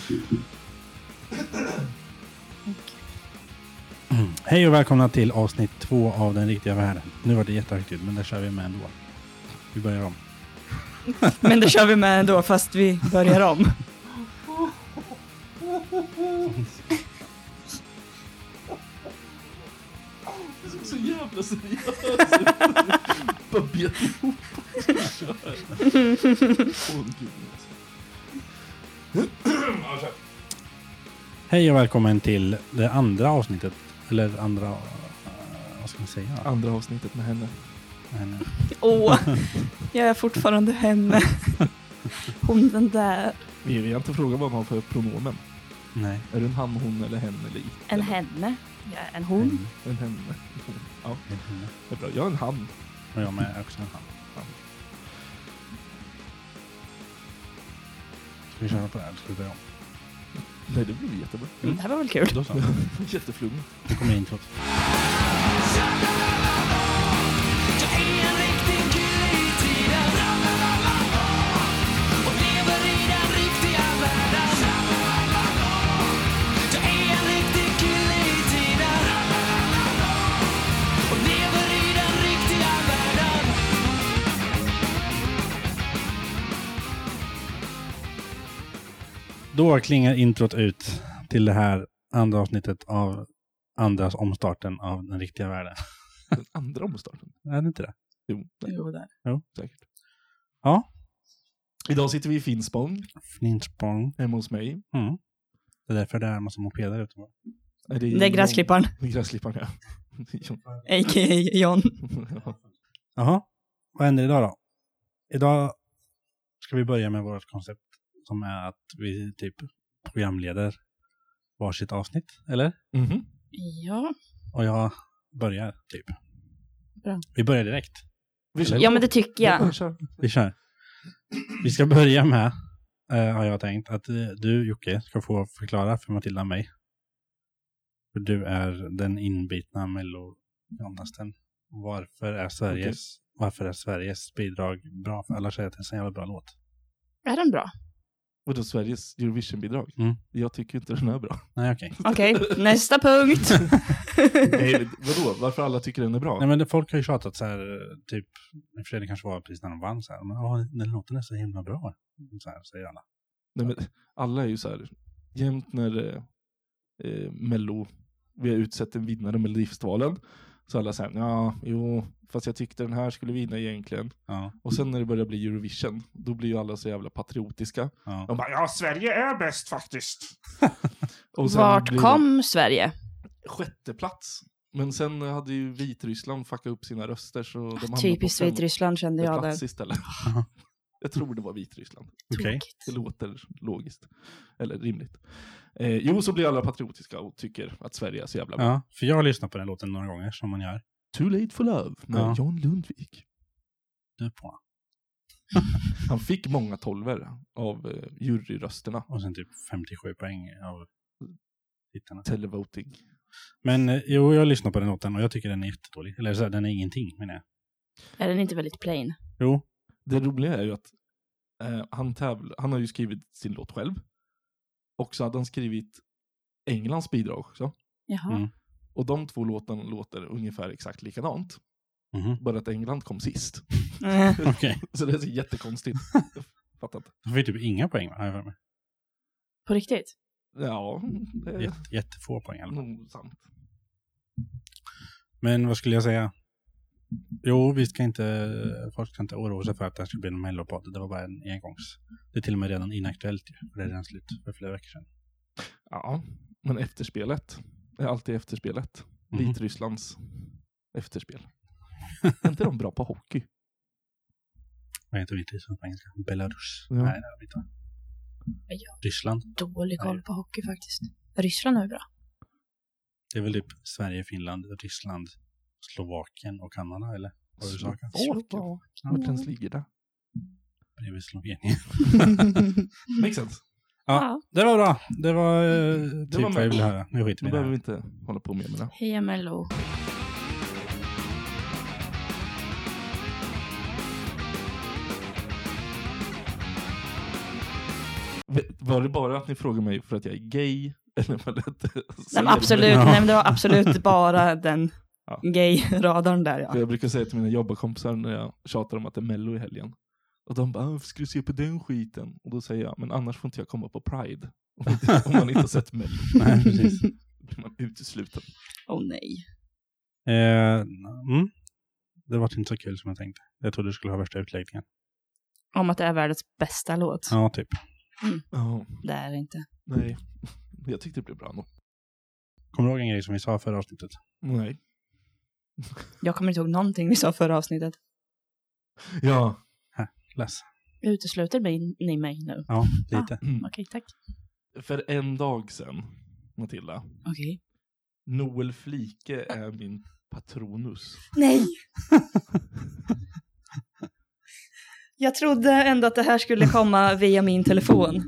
Hej och välkomna till avsnitt 2 av Den riktiga världen. Nu var det jättehögt, men det kör vi med ändå. Vi börjar om. Men det kör vi med ändå, fast vi börjar om. Så jävla seriöst. Bara bet ihop. Hej och välkommen till det andra avsnittet. Eller andra... vad ska man säga? Andra avsnittet med henne. Jag är fortfarande henne. Hon den där. Vi har inte frågat vad man har för pronomen. Nej. Är det en han, hon eller hen eller it? En henne. Ja, en hon. En henne. Ja, det är bra. Jag är en han. Och jag med också en han. Ja. Ska vi köra på det här? Ska vi börja om? Nej, det blir jättebra. Det här var väl kul. Då så. Jätteflummigt. Nu kommer introt. Då klingar introt ut till det här andra avsnittet av andras omstarten av den riktiga världen. Den andra omstarten? Är det inte det? Jo, där. Jo. Säkert. Ja. Idag sitter vi i Finspång. Finspång. Hemma hos mig. Mm. Det är därför det är en massa mopeder ute. Det är gräsklipparen. Det är gräsklipparen, ja. A.k.a. John. Jaha. Vad händer idag då? Idag ska vi börja med vårt koncept som är att vi typ programleder varsitt avsnitt, eller? Mhm. Ja. Och jag börjar typ. Bra. Vi börjar direkt. Ja, men det tycker jag. Vi kör. Vi ska börja med, har jag tänkt, att du, Jocke, ska få förklara för Matilda och mig. För du är den inbitna mellojandasten. Varför är Sveriges bidrag bra? För alla säger att det är en så jävla bra låt. Är den bra? Och då Sveriges Eurovision-bidrag? Mm. Jag tycker inte den är bra. Nej, okej. Okej, nästa punkt. Nej, vadå? Varför alla tycker den är bra? Nej, men folk har ju tjatat så här, typ, i och för sig det kanske var precis när de vann så här, men den låten är så himla bra. Så här säger alla. Nej, men alla är ju så här, jämt när Mello, vi har utsett en vinnare med Melodifestivalen, så alla säger, fast jag tyckte den här skulle vinna egentligen. Ja. Och sen när det börjar bli Eurovision, då blir ju alla så jävla patriotiska. Ja. De bara, Sverige är bäst faktiskt. Och sen Vart blir kom Sverige? 6:e plats. Men sen hade ju Vitryssland fuckat upp sina röster, så de hamnade Typiskt på 5:e Vitryssland kände jag plats där. istället. Jag tror det var Vitryssland. Okej. Det låter logiskt. Eller rimligt. Så blir alla patriotiska och tycker att Sverige är så jävla bra. Ja, för jag har lyssnat på den låten några gånger som man gör. Too Late for Love med Ja. John Lundvik. Du på. Han fick många 12 av juryrösterna. Och sen typ 57 poäng av tittarna. Televoting. Men jag lyssnar på den låten och jag tycker den är jättedålig. Eller så här, den är ingenting, menar jag. Är den inte väldigt plain? Jo. Det roliga är ju att han har ju skrivit sin låt själv. Och så hade han skrivit Englands bidrag också. Jaha. Mm. Och de två låtarna låter ungefär exakt likadant. Mhm. Bara att England kom sist. Okej. Så det är så jättekonstigt. Jag fattar inte. Då får vi typ inga poäng, va? Har jag för mig. På riktigt? Ja, det är Jättefå poäng. Eller? nog sant. Men vad skulle jag säga? Jo, folk ska inte oroa sig för att det ska bli en mellopodd. Det var bara en engångs. Det är till och med redan inaktuellt ju. För det är redan slut för flera veckor sedan. Ja, men efterspelet är alltid efterspelet. Mhm. Vitrysslands efterspel. Är inte de bra på hockey? Vad heter Vitryssland på engelska? Belarus? Ja. Nej, det är de inte. Jag Ryssland? har dålig koll på hockey faktiskt. Ryssland är bra. Det är väl typ Sverige, Finland, Ryssland, Slovakien och Kanada, eller? Vad du sa? Ja, vart ens ligger det? Bredvid Slovenien. Makes sense. Ja, det var bra. Det var typ var vad jag ville höra. Nu skiter Nu vi i det behöver vi här. inte hålla på med det. Heja Mello. Var det bara att ni frågade mig för att jag är gay? Eller var det Nej, men absolut, nej, men det var absolut bara den gay-radarn där. Ja. För jag brukar säga till mina jobbarkompisar när jag tjatar om att det är Mello i helgen. Och de bara, varför ska du se på den skiten? Och då säger jag, men annars får inte jag komma på Pride. Om man inte har sett Mello. Nej, precis. Då blir man utesluten. Nej. Det var inte så kul som jag tänkte. Jag trodde du skulle ha värsta utläggningen. Om att det är världens bästa låt. Ja, typ. Ja, Det är det inte. nej. Jag tyckte det blev bra nog. Kommer du ihåg en grej som vi sa förra avsnittet? Nej. Jag kommer inte ihåg någonting vi sa förra avsnittet. Ja. Läs. Utesluter ni mig nu? Ja, lite. Okej, tack. För en dag sedan, Matilda. Okej. Noel Flike är min patronus. Nej! Jag trodde ändå att det här skulle komma via min telefon.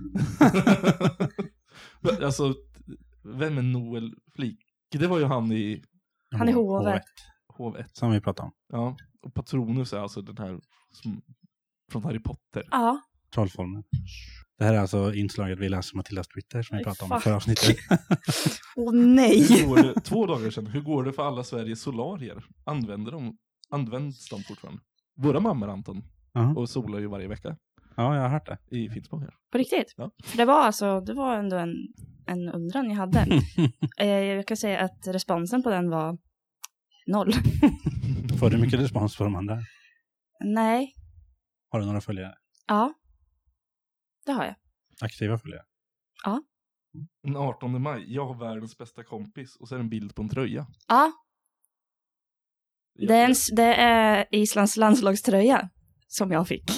Alltså, vem är Noel Flike? Det var ju han i Han är hovet. Hov1. Som vi pratade om. Ja, och patronus är alltså den här som, från Harry Potter. Ja. Trollformen. Det här är alltså inslaget vi läser Matildas Twitter som vi pratade om i fuck. förra avsnittet. Nej! Hur går det, 2 dagar sedan, hur går det för alla Sveriges solarier? Används de fortfarande? Våra mammor, Anton, Ja. och solar ju varje vecka Ja, jag har hört det. i Finspång här. På riktigt? Ja. För det var ändå en undran jag hade. Jag kan säga att responsen på den var 0. Får du mycket respons på de andra? Nej. Har du några följare? Ja. Det har jag. Aktiva följare? Ja. Den 18 maj, jag har världens bästa kompis och så är det en bild på en tröja. Ja. Det är Islands landslagströja som jag fick.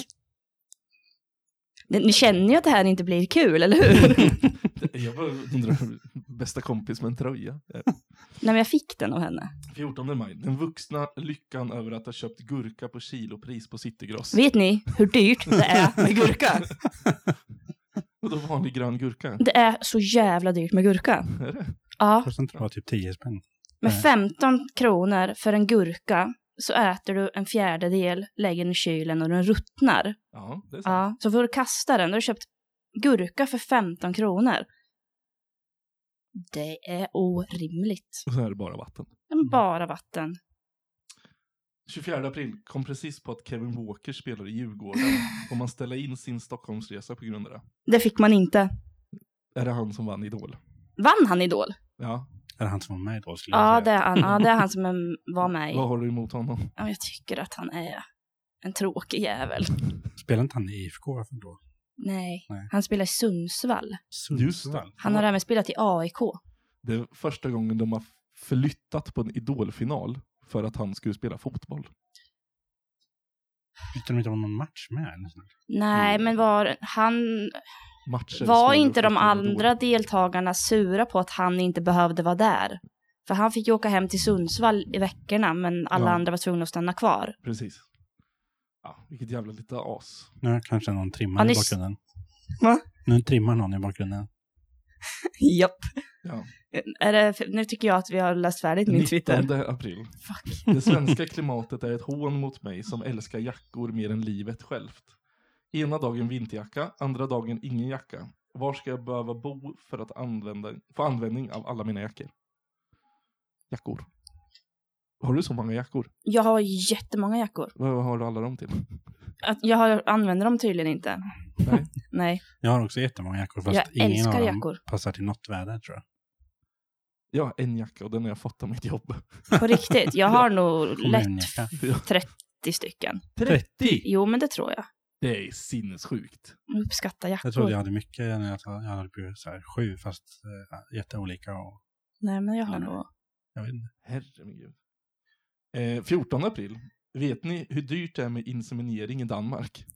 Ni känner ju att det här inte blir kul, eller hur? Jag bara undrar, bästa kompis med en tröja. Nej, men jag fick den av henne. 14 maj, den vuxna lyckan över att ha köpt gurka på kilopris på Citygross. Vet ni hur dyrt det är med gurka? Och då vanlig grön gurka. Det är så jävla dyrt med gurka. Är det? Ja. Kostar inte bara typ 10 spänn. Med 15 kronor för en gurka så äter du en fjärdedel, lägger den i kylen och den ruttnar. Ja, det är sant. Ja, så får du kasta den. Du har köpt gurka för 15 kronor. Det är orimligt. Och så är det bara vatten. Bara vatten. 24 april kom precis på att Kevin Walker spelar i Djurgården. Får man ställa in sin Stockholmsresa på grund av det? Det fick man inte. Är det han som vann Idol? Vann han Idol? Ja. Är det han som var med då? Skulle jag Ja, säga. det är han. Ja, det är han som var med i. Vad har du emot honom? Ja, jag tycker att han är en tråkig jävel. Spelar inte han i IFK då? Nej, Nej. han spelar i Sundsvall. Just det. Han har även spelat i AIK. Det är första gången de har flyttat på en Idolfinal för att han skulle spela fotboll. Bytte de inte om någon match med? Eller sånt? Nej, men Matcher var svårare inte att de flytta i Idol. andra deltagarna sura på att han inte behövde vara där? För han fick ju åka hem till Sundsvall i veckorna, men alla andra var tvungna att stanna kvar. Precis. Ja, vilket jävla lite as. Nu kanske någon trimmar Han i är bakgrunden. Va? Nu trimmar någon i bakgrunden. Japp. Ja. Nu tycker jag att vi har läst färdigt min 19 Twitter. april. Fuck. Det svenska klimatet är ett hån mot mig som älskar jackor mer än livet självt. Ena dagen vinterjacka, andra dagen ingen jacka. Var ska jag behöva bo för att få användning av alla mina jackor? Jackor. Har du så många jackor? Jag har jättemånga jackor. Vad har du alla dem till? Jag använder dem tydligen inte. Nej. Nej, Jag har också jättemånga jackor fast jag ingen älskar av dem jackor. passar till något väder tror jag. Jag har en jacka och den har jag fått av mitt jobb. På riktigt. Jag har nog lätt Kommunjacka. 30 stycken. 30? Jo, men det tror jag. Det är sinnessjukt. Jag uppskattar jackor. Jag trodde jag hade mycket när jag hade blivit så här 7 fast jätteolika och Nej, men jag har nog... jag vet inte. Herre min gud. 14 april. Vet ni hur dyrt det är med inseminering i Danmark?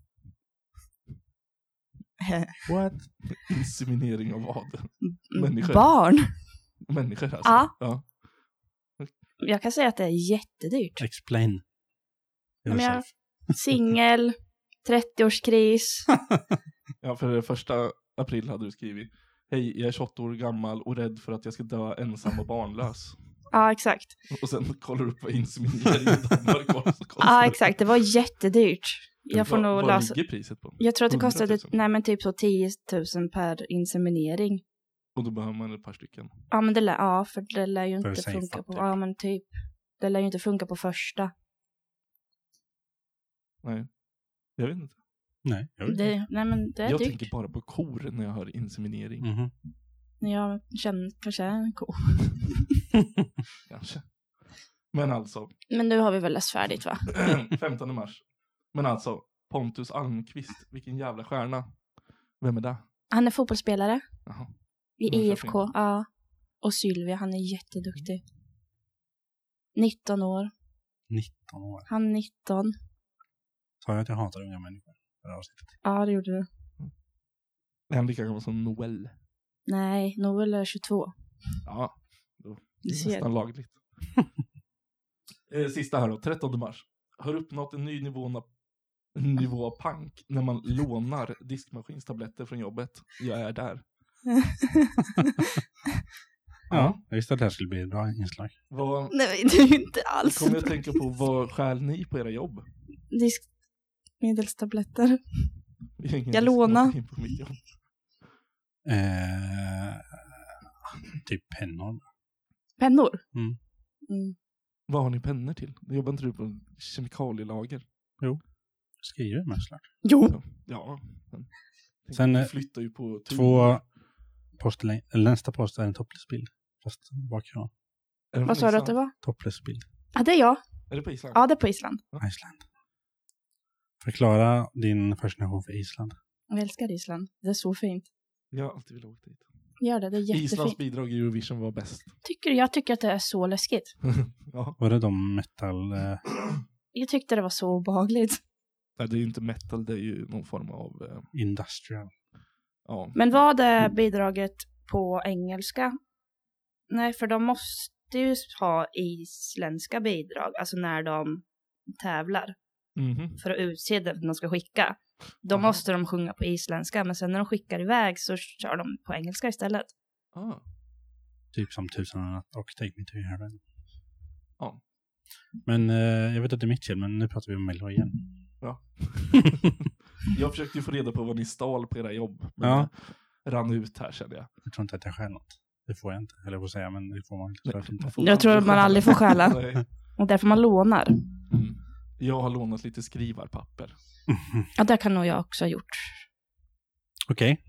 What? Inseminering av vad? Människor. Barn? Människor alltså. Ja. Jag kan säga att det är jättedyrt. Explain. Men jag- yourself. Singel, 30-årskris. Ja, för 1 april hade du skrivit: hej, jag är 28 år gammal och rädd för att jag ska dö ensam och barnlös. Ja, exakt. Och sen kollar du upp vad inseminering i Danmark kostar. Ja, exakt. Det var jättedyrt. Jag får nog Vad läsa. ligger priset på? Jag tror att det 100 000? kostade typ så 10 000 per inseminering. Och då behöver man ett par stycken. Ja, men för det lär ju För inte safe, funka på. typ. Ja, men typ. Det lär ju inte funka på första. Nej, jag vet inte. Nej, jag vet inte. Nej, men det är Jag dyrt. tänker bara på kor när jag hör inseminering. Mhm. Jag känner kanske en ko. Kanske. Men alltså, Men nu har vi väl läst färdigt, va? 15 mars. Men alltså, Pontus Almqvist, vilken jävla stjärna. Vem är det? Han är fotbollsspelare Jaha. i Norrköping. IFK. Ja. Och Sylvia, han är jätteduktig. 19 år. 19 år. Han är 19. Sa jag att jag hatar unga människor? Det här avsnittet. Ja, det gjorde du. Är han lika gammal som Noel? Nej, Noel är 22. Ja, då Du det är ser. nästan lagligt. Sista här då, 13 mars. Har uppnått en ny nivå av pank när man lånar diskmaskinstabletter från jobbet. Jag är där. Ja, jag visste att det här skulle bli ett bra inslag. Vad Nej, det är inte alls. kommer jag att tänka på? Vad skäl ni på era jobb? Diskmedelstabletter. Vi har ingen Jag lånar. diskmaskin på mitt jobb. Typ pennor. Pennor. Mm. Mm. Vad har ni pennor till? Ni jobbar inte du på kemikalielager? Skriver med såklart. Jo. Ja. Men, Sen, vi flyttar ju på 2 poster, eller nästa post är en topless-bild. Fast bakgrund. Är det Vad på sa du Island? att det var? Topless-bild. Ja, det är jag. Är det på Island? Ja, det är på Island. Island. Förklara din fascination för Island. Jag älskar Island. Det är så fint. Jag har alltid velat åka dit. Gör det, det är Islands jättefint. bidrag i Eurovision var bäst. Jag tycker att det är så läskigt. Ja. Var det de metal... Jag tyckte det var så obehagligt. Nej, det är ju inte metal, det är ju någon form av... industrial? Ja. Men var det bidraget på engelska? Nej, för de måste ju ha isländska bidrag. Alltså när de tävlar. Mhm. För att utse det de ska skicka. Då Aha. måste de sjunga på isländska. Men sen när de skickar iväg så kör de på engelska istället. Ah. Typ som 1000 och natt och Take Me To Heaven. Ja. Men jag vet att det är mitt fel, men nu pratar vi om Mello igen. Ja. Jag försökte ju få reda på vad ni stal på era jobb. Men Ja. det rann ut här, kände jag. Jag tror inte att jag stjäl något. Det får jag inte. Eller jag får säga, men det får man klart inte. Jag tror att man aldrig får stjäla. Nej. Och därför man lånar. Mm. Jag har lånat lite skrivarpapper. Ja, det kan nog jag också ha gjort. Okej.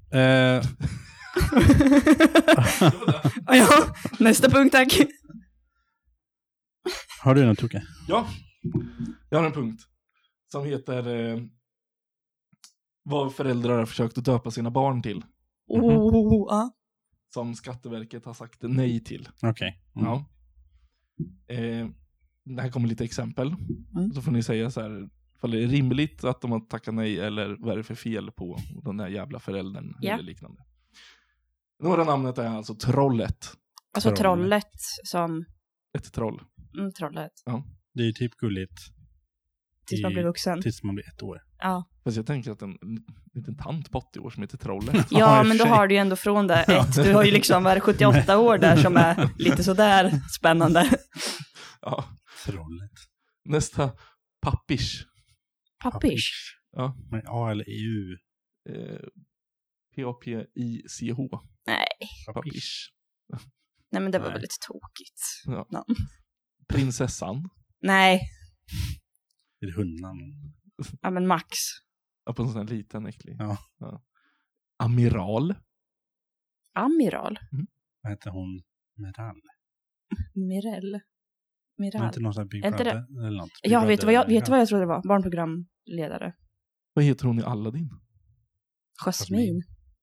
Ja, nästa punkt tack. Har du något, Toke? Ja, jag har en punkt som heter vad föräldrar har försökt att döpa sina barn till. Ja. Som Skatteverket har sagt nej till. Okej. Mm. Ja. Det här kommer lite exempel. Så får ni säga så här, ifall det är rimligt att de har tackat nej eller vad är det för fel på den där jävla föräldern Ja. eller liknande. Några namnet är alltså Trollet. Alltså trollet som... Ett troll. Trollet. Det är ju typ gulligt. Tills man blir vuxen. Tills man blir 1 år. Ja. Fast jag tänker att en liten tant på 80 år som heter Trollet. Ja, i och men för då sig. har du ju ändå från det. Du har ju liksom varit 78 år där som är lite sådär spännande. Ja. Trollet. Nästa, Pappish. Pappish. Ja. Men A eller EU? P-A-P-I-C-H. Nej. Pappish. Nej, men det var Nej. väldigt tokigt. Ja. Ja. Prinsessan. Nej. Är det hundnamn? Ja, men Max. Ja, på en sån här liten äcklig. Ja. Amiral. Amiral. Vad heter hon? Meral? Mirell. Var Miral. inte någon sån här Big Är inte Brother eller något? Big Ja, vet du Brother- vad jag trodde det var? Barnprogramledare. Vad heter hon i Aladdin? Jasmin.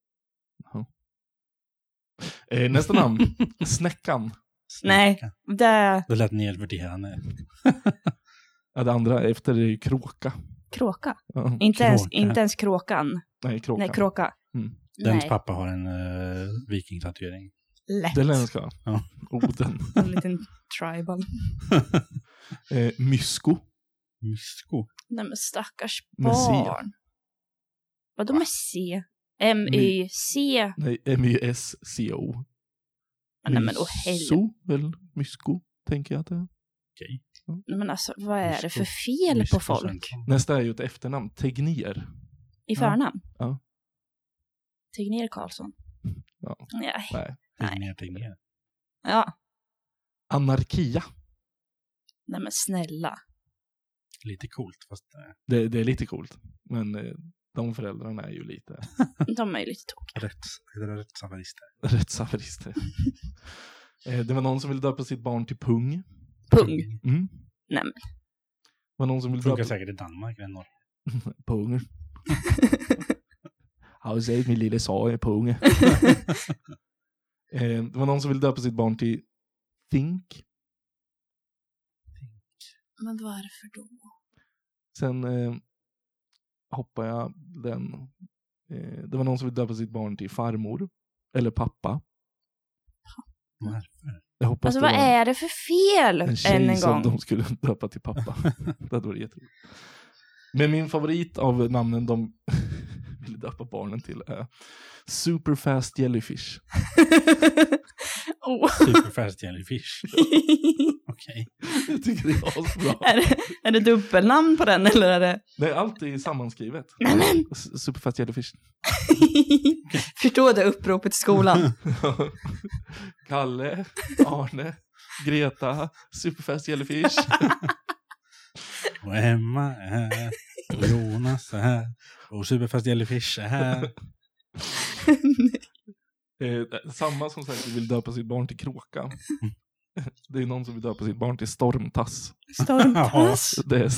Nästa namn. Snäckan. Nej, det... Det lät nedvärderande. Ja, det andra efter är ju Kråka. Kråka. Ja. Inte Kråka. ens kråkan. Nej, Kråka. Nej, kråka. Mm. Dens Nej, pappa har en vikingtatuering. lätt. Det lär ska. Ja. Oden. En liten tribal. Mysko. Mysko. Nej, men stackars Med C. barn. Vadå med C? M-Y-C? Nej, M-Y-S-C-O. Nej, men åh helvete. Myso, väl? Mysko, tänker jag att det är. Okej. Men alltså, vad är det för fel på folk? Nästa är ju ett efternamn. Tegnér. I förnamn? Ja. Tegnér Karlsson? Ja. Nej. Tegnér. Ja. Anarkia. Nej men snälla. Lite coolt, fast... Det är lite coolt. Men de föräldrarna är ju lite... De är ju lite tokiga. Rättshaverister. Det var någon som ville döpa sitt barn till Pung. Pung? Mm. Nej men. Det var någon som ville funkar säkert i Danmark eller Norge. Pung. Har du sett min lille sa i Pung? Det var någon som ville döpa sitt barn till Think. Men varför då? Sen hoppar jag den. Det var någon som ville döpa sitt barn till farmor. Eller pappa. Varför? Alltså vad är det för fel? En tjej än en som gång. de skulle döpa till pappa. Det hade varit jätteroligt. Men min favorit av namnen de ville döpa barnen till är Superfast Jellyfish. Superfast Jellyfish. Okej. Jag tycker det är asbra. Är det dubbelnamn på den eller är det? Det är alltid sammanskrivet. Nämen. Superfast Jellyfish. Förstår du uppropet i skolan? Kalle, Arne, Greta, Superfast Jellyfish. Och Emma är här. Och Jonas är här. Och Superfast Jellyfish är här. Samma som sagt vill döpa sitt barn till Kråka. Det är någon som vill döpa sitt barn till Stormtass. Stormtass? Det är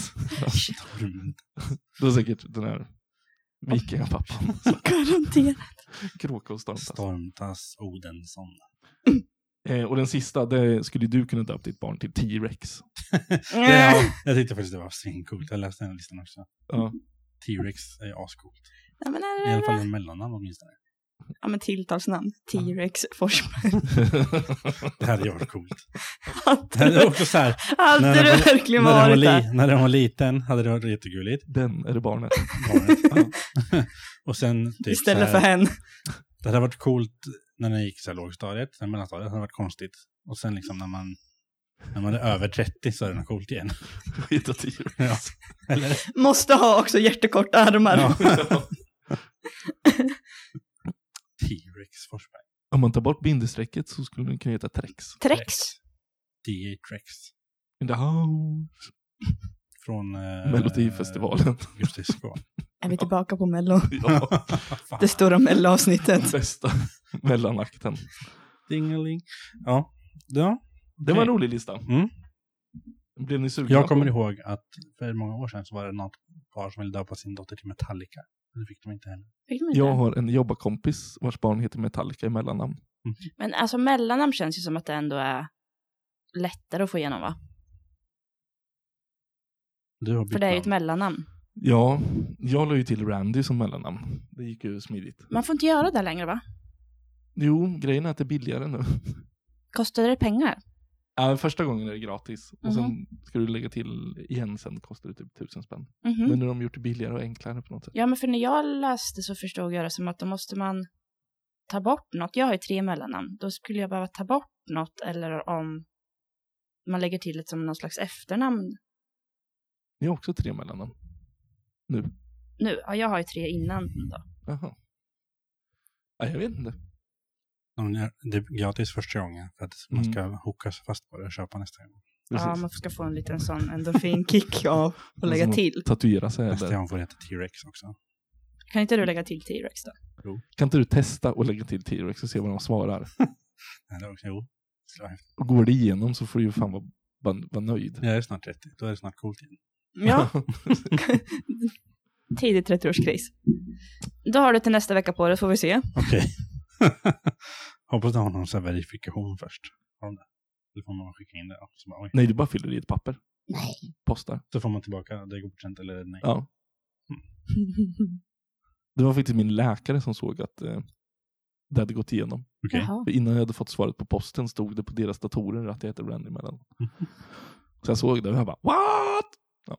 säkert den här vikingapappan. Garanterat. Kråka och Stormtass. Stormtass Odensson. Och den sista, det skulle du kunna döpa ditt barn till T-Rex. Ja, jag tyckte faktiskt det var svincoolt. Jag läste den här listan också. Ja. T-Rex är ascoolt. Ja, men är det... I alla fall en mellannamn åtminstone. Ja, men tilltalsnamn. T-Rex Forsberg. Det hade varit coolt. Det hade också så här. Hade det verkligen varit där? När den var liten hade det varit jättegulligt. Den är det barnet. Ja. Och sen typ istället för henne. Det hade varit coolt när den gick så här lågstadiet. Sen mellanstadiet hade det varit konstigt. Och sen liksom när man är över 30 så är det något coolt igen. Hitta T-Rex. Ja. Eller? Måste ha också jättekorta armar. Ja. T-Rex Forsberg. Om man tar bort bindesträcket så skulle den kunna heta Trex. Trex? D.A. In the house. Från Melodifestivalen. Just det, skål. Är vi tillbaka på Mello? Ja. Det stora Mello-avsnittet. Bästa mellanakten. Dingeling. Ja. Det var en rolig lista. Mm. Blev ni sugna? Jag kommer ihåg att för många år sedan så var det något par som ville döpa sin dotter till Metallica. Det fick de inte heller. Jag har en jobbarkompis vars barn heter Metallica i mellannamn. Mm. Men alltså mellannamn känns ju som att det ändå är lättare att få igenom, va? För det är ju ett mellannamn. Ja, jag la ju till Randy som mellannamn. Det gick ju smidigt. Man får inte göra det längre, va? Jo, grejen är att det är billigare nu. Kostar det pengar? Ja, första gången är det gratis. Och sen ska du lägga till igen, sen kostar det typ 1000 spänn. Men nu har de gjort det billigare och enklare på något sätt. Ja, men för när jag läste så förstod jag det som att då måste man ta bort något. Jag har ju 3 mellannamn. Då skulle jag behöva ta bort något, eller om man lägger till ett som någon slags efternamn. Jag har också 3 mellannamn. Nu? Ja, jag har ju 3 innan då. Jaha. Ja, jag vet inte. Det är gratis första gången för att man ska hooka sig fast på det och köpa nästa gång. Precis. Ja, man ska få en liten sån endorfinkick av att lägga till. Tatuera sig. Nästa gång får det heta T-Rex också. Kan inte du lägga till T-Rex då? Jo. Kan inte du testa och lägga till T-Rex och se vad de svarar? Nej, det också, jo. Och går det igenom så får du ju fan vara nöjd. Jag är snart 30, då är det snart coolt igen. Ja. Tidigt 30-årskris. Då har du till nästa vecka på det, får vi se. Okej. Hoppas du har någon sån här verifikation först. Har de det? Eller får man skicka in det? Så bara, nej, du bara fyller i ett papper. Nej. Postar. Så får man tillbaka, det är godkänt eller nej. Ja. Det var faktiskt min läkare som såg att det hade gått igenom. Okay. För innan jag hade fått svaret på posten stod det på deras datorer att det heter Randy mellan. Så jag såg det och jag bara, what? Ja.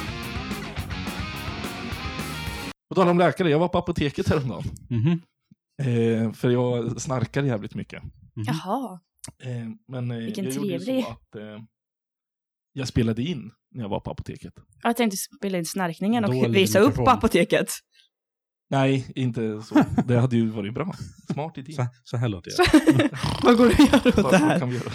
På tal om läkare, jag var på apoteket häromdagen. För jag snarkar jävligt mycket. Jaha. Men Vilken jag gjorde ju trevlig. så att jag spelade in när jag var på apoteket. Jag tänkte spela in snarkningen och Dålig visa upp mikrofon. på apoteket. Nej, inte så. Det hade ju varit bra. Smart idé. Så här låter jag. Vad går det att göra åt det Vad här? kan vi göra?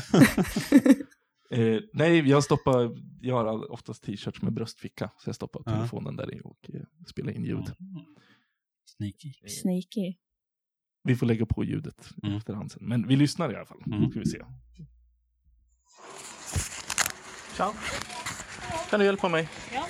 Nej, jag har oftast t-shirts med bröstficka. Så jag stoppar telefonen där i och spelar in ljud. Sneaky. Sneaky. Vi får lägga på ljudet efterhand sen. Men vi lyssnar i alla fall. Ska vi se. Tja. Kan du hjälpa mig? Ja.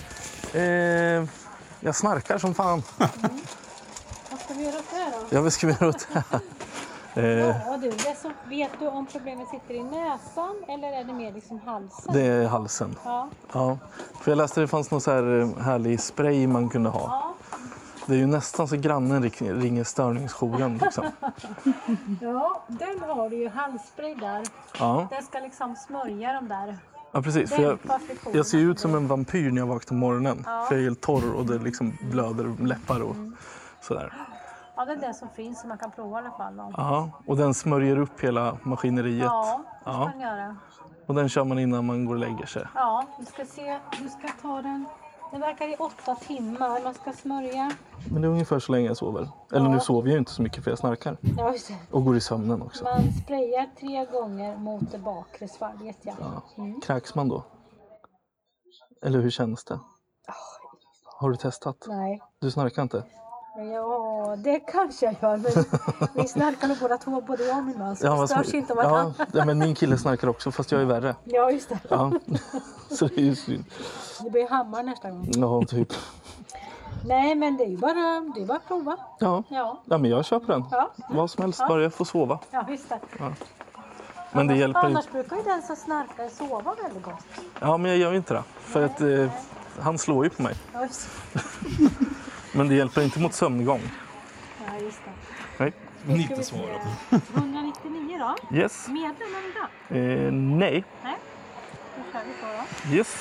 Jag snarkar som fan. Vad ska vi göra åt det här då? Ja, vad ska vi göra åt det här? Ja du, vet du om problemet sitter i näsan eller är det mer liksom halsen? Det är halsen. Ja. Ja. För jag läste att det fanns någon så här härlig spray man kunde ha. Ja. Det är ju nästan så grannen ringer störningsjouren liksom. Ja, den har du ju halsspray där. Ja, Den ska liksom smörja de där. ja precis. För Dämpa friktionen. jag ser ju ut som en vampyr när jag vaknar på morgonen. Ja. För jag är helt torr och det liksom blöder läppar och sådär. Ja, det är det som finns som man kan prova i alla fall. Då. Ja, och den smörjer upp hela maskineriet. Ja, det ska Ja. man göra. Och den kör man innan man går och lägger sig. Ja, vi ska se. Du ska ta den. Den verkar i 8 timmar. Man ska smörja. Men det är ungefär så länge jag sover. Eller nu sover jag ju inte så mycket för jag snarkar. Ja, just det. Och går i sömnen också. Man sprayar 3 gånger mot det bakre svalget. Ja. Ja. Kräks man då? Eller hur känns det? Har du testat? Nej. Du snarkar inte? Ja, det kanske jag gör. Men vi snarkar nog båda två, både jag och min man. Så vi vad störs inte om varandra. ja, men min kille snarkar också fast jag är värre. Ja, just det. Ja. Så det är ju synd. Det blir hammar nästa gång. Ja, typ. Nej, men det är ju bara att prova. Ja. Ja, Ja, men jag köper den. ja, Vad som helst, bara jag får sova. ja visst det. Men det hjälper Annars inte. brukar ju den som snarkar sova väldigt gott. Ja, men jag gör ju inte det. För att han slår ju på mig. Ja, just det. Men det hjälper inte mot sömngång. Ja, just det. Nej. Då ska vi se. 199 då. Yes. Medlem eller då? Nej. Nej. Då kör vi på då. Yes.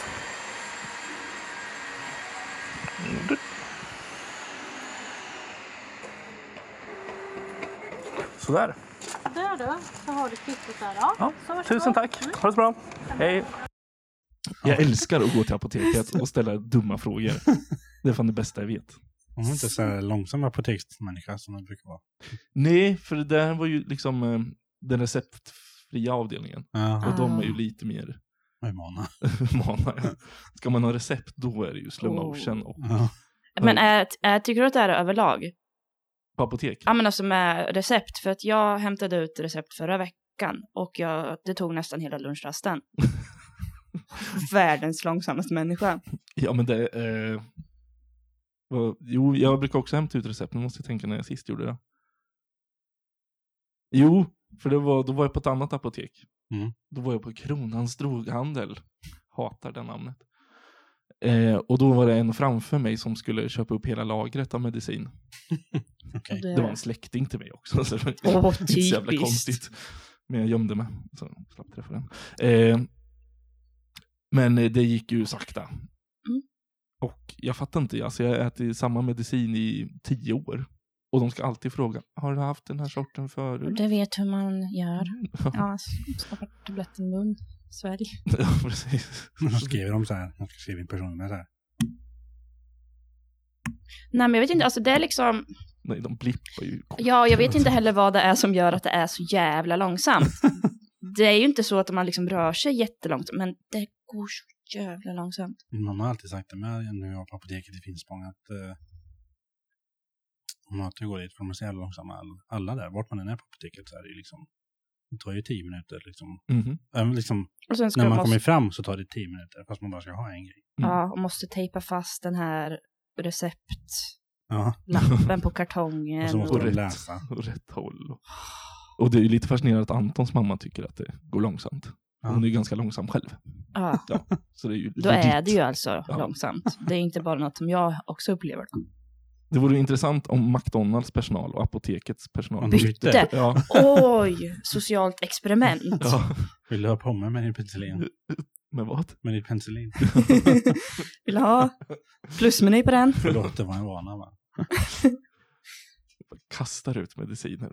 Sådär. Där då, så har du kvittot där då. Ja, Så varsågod. tusen tack. Ha det så bra. Hej. Jag älskar att gå till apoteket och ställa dumma frågor. Det är fan det bästa jag vet. Hon är inte så här långsam apoteksmänniska som hon brukar vara. Nej, för det där var ju liksom den receptfria avdelningen. Ja, Och de är ju lite mer humana. humana. Ja. Ska man ha recept, då är det ju slow motion. Och Ja. Men tycker du att det är överlag? på apotek. Ja, men alltså med recept. För att jag hämtade ut recept förra veckan. Och det tog nästan hela lunchrasten. Världens långsammaste människa. Ja, men det jo, jag brukar också hämta ut recept. Nu måste jag tänka när jag sist gjorde det. Jo, för då var jag på ett annat apotek. Då var jag på Kronans droghandel. Hatar det namnet. Och då var det en framför mig som skulle köpa upp hela lagret av medicin. Okay. Det var en släkting till mig också. Så det var inte så jävla typiskt. konstigt. Men jag gömde mig. Så jag slapp träffa den. Men det gick ju sakta. Och jag fattar inte. Alltså jag har ätit samma medicin i 10 år. Och de ska alltid fråga, har du haft den här sorten förut? Du vet hur man gör. Ja, skapar tabletten i mun. Svälj. Ja, precis. Så skriver de så här. De ska skriva in personerna så här. Nej, men jag vet inte. Alltså det är liksom... Nej, de blippar ju. Ja, jag vet inte heller vad det är som gör att det är så jävla långsamt. Det är ju inte så att man liksom rör sig jättelångsamt, men det går så jävla långsamt. Min mamma har alltid sagt det med när jag var på apoteket i Finspång att om man går dit för de är så jävla långsamma alla där. Vart man än är på apoteket så är det ju liksom det tar ju 10 minuter liksom. Liksom Och sen ska när man måste, kommer fram så tar det 10 minuter fast man bara ska ha en grej. ja, och måste tejpa fast den här Ja. receptlappen på kartongen. Och så måste Och de rätt. läsa. Och rätt håll. Och det är ju lite fascinerande att Antons mamma tycker att det går långsamt. Ja. Hon är ju ganska långsam själv. Ja, Ja, så det är ju då legit. är det ju alltså Ja. långsamt. Det är inte bara något som jag också upplever. Det vore intressant om McDonalds personal och apotekets personal Om de Bytte. Ja, Oj, socialt experiment. ja. Vill du ha på mig med din penicillin? Men vad? Med din penicillin? Vill du ha plusmeny på den? Förlåt, det var en vana va? kastar ut mediciner.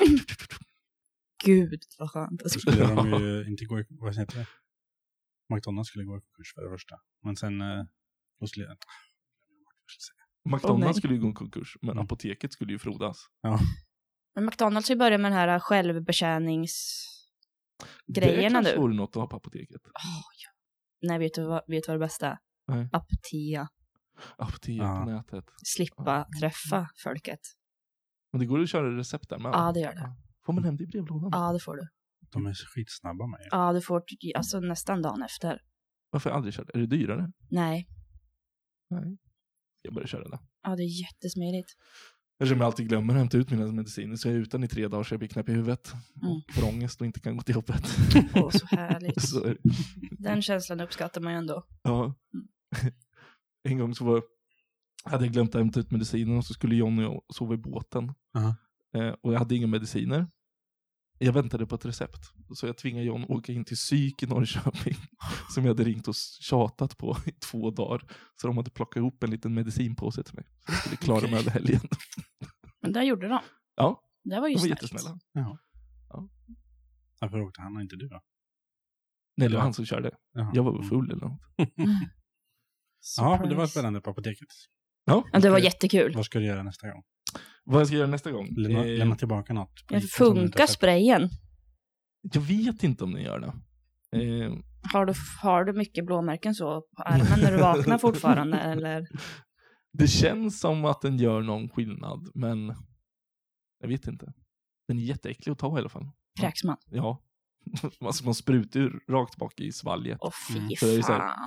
Gud, vad skönt. Då skulle de ju inte gå i, vad heter det? McDonald's skulle gå i konkurs för det första. Men sen då skulle jag McDonald's skulle ju gå i konkurs, men apoteket skulle ju frodas. Ja. Men McDonald's har ju börjat med den här självbetjäningsgrejerna det kanske nu. vore något att ha på apoteket. Ja. Nej, vet du vad det bästa är? Nej. Apotea. Apotek på nätet. Slippa träffa folket. Men det går att köra recept där med. Ja, det gör det. Får man hem det i brevlådan? Ja, det får du. De är skitsnabba med. Ja, du får alltså nästan dagen efter. Varför har jag aldrig kört? Är det dyrare? Nej. Nej. Jag börjar köra det. Ja, det är jättesmidigt. Jag känner mig alltid glömmer att hämta ut mina mediciner, så jag är utan i 3 dagar så jag blir knäpp i huvudet. Och får ångest och inte kan gå till jobbet. Åh, så härligt. Så, Den känslan uppskattar man ju ändå. ja. En gång så hade jag glömt att hämta ut medicinen och så skulle Johnny och sova i båten. Och jag hade inga mediciner. Jag väntade på ett recept. Så jag tvingade John åka in till psyk i Norrköping. Som jag hade ringt och tjatat på i 2 dagar. Så de hade plockat ihop en liten medicinpåse till mig. Så jag skulle klara mig över helgen. Men där gjorde de. Ja, Det var ju de var snällt. jättesnälla. Ja. Varför åkte han och inte du då? Nej, det var han som körde. Jaha. Jag var full eller något. Ja, men det var spännande på apoteket. Ja. Ja, det var jättekul. Vad ska du göra nästa gång? Vad jag ska göra nästa gång? Lämna tillbaka något. Funkar sprayen? Jag vet inte om den gör det. Har du mycket blåmärken så på armen när du vaknar fortfarande? Eller? Det känns som att den gör någon skillnad, men jag vet inte. Den är jätteäcklig att ta i alla fall. Kräks man? Ja. Alltså man sprutar ju rakt bak i svalget. Åh, fy Så det är så här, fan.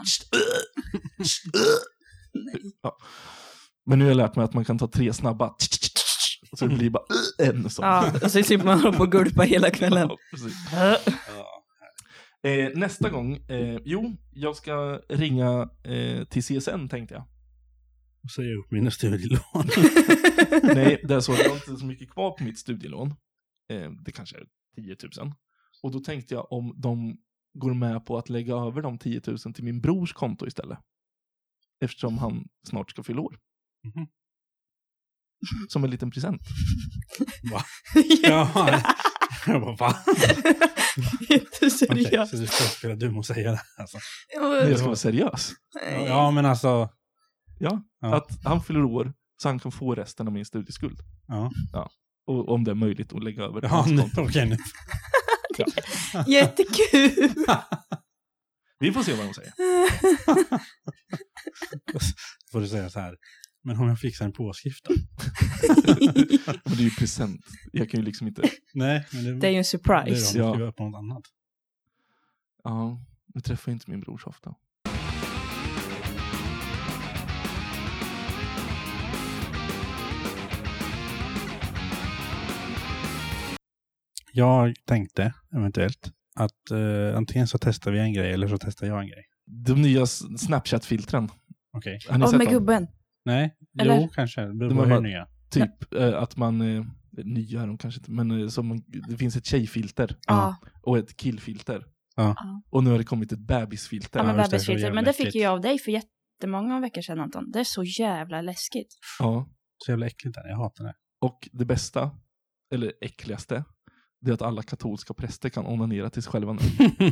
ja. Men nu har jag lärt mig att man kan ta 3 snabba. Så det blir bara en sån. Ja, och så slipper man hålla på och gulpa hela kvällen. Ja, precis. Nästa gång, jag ska ringa till CSN tänkte jag. Och säga upp mina studielån. Nej, det är så. Jag har inte så mycket kvar på mitt studielån. Det kanske är 10 000. Och då tänkte jag om de går med på att lägga över de 10 000 till min brors konto istället. Eftersom han snart ska fylla år. Mm-hmm. Som en liten present. Va? Ja. Jag bara, va? Inte seriöst. Okej, så du ska spela dum och säga det alltså. Nej, jag ska vara seriös. Ja, men alltså. Ja, att han fyller år så han kan få resten av min studieskuld. Ja. Och om det är möjligt att lägga över. Ja, okej nu. Jättekul. Vi får se vad de säger. Får du säga så här. Men om jag fixar en påskrift då? Men det är ju present. Jag kan ju liksom inte. Nej, men det är ju en surprise. Det är om du upp på något annat. Ja, nu träffar jag inte min bror så ofta. Jag tänkte eventuellt att antingen så testar vi en grej eller så testar jag en grej. De nya Snapchat-filtren. Okej. Har ni sett med dem? gubben. Nej, Eller? Jo kanske. Det De var var hur nya. Typ att man, nya är de kanske inte, men det finns ett tjejfilter Ja. och ett killfilter. Ja. Och nu har det kommit ett bebisfilter. Ja, men just det, bebisfilter. så Men det fick jävla ju jag av dig för jättemånga veckor sedan, Anton. Det är så jävla läskigt. Ja. Så jävla äckligt där, jag hatar det. Och det bästa, eller äckligaste, det är att alla katolska präster kan onanera till sig själva nu.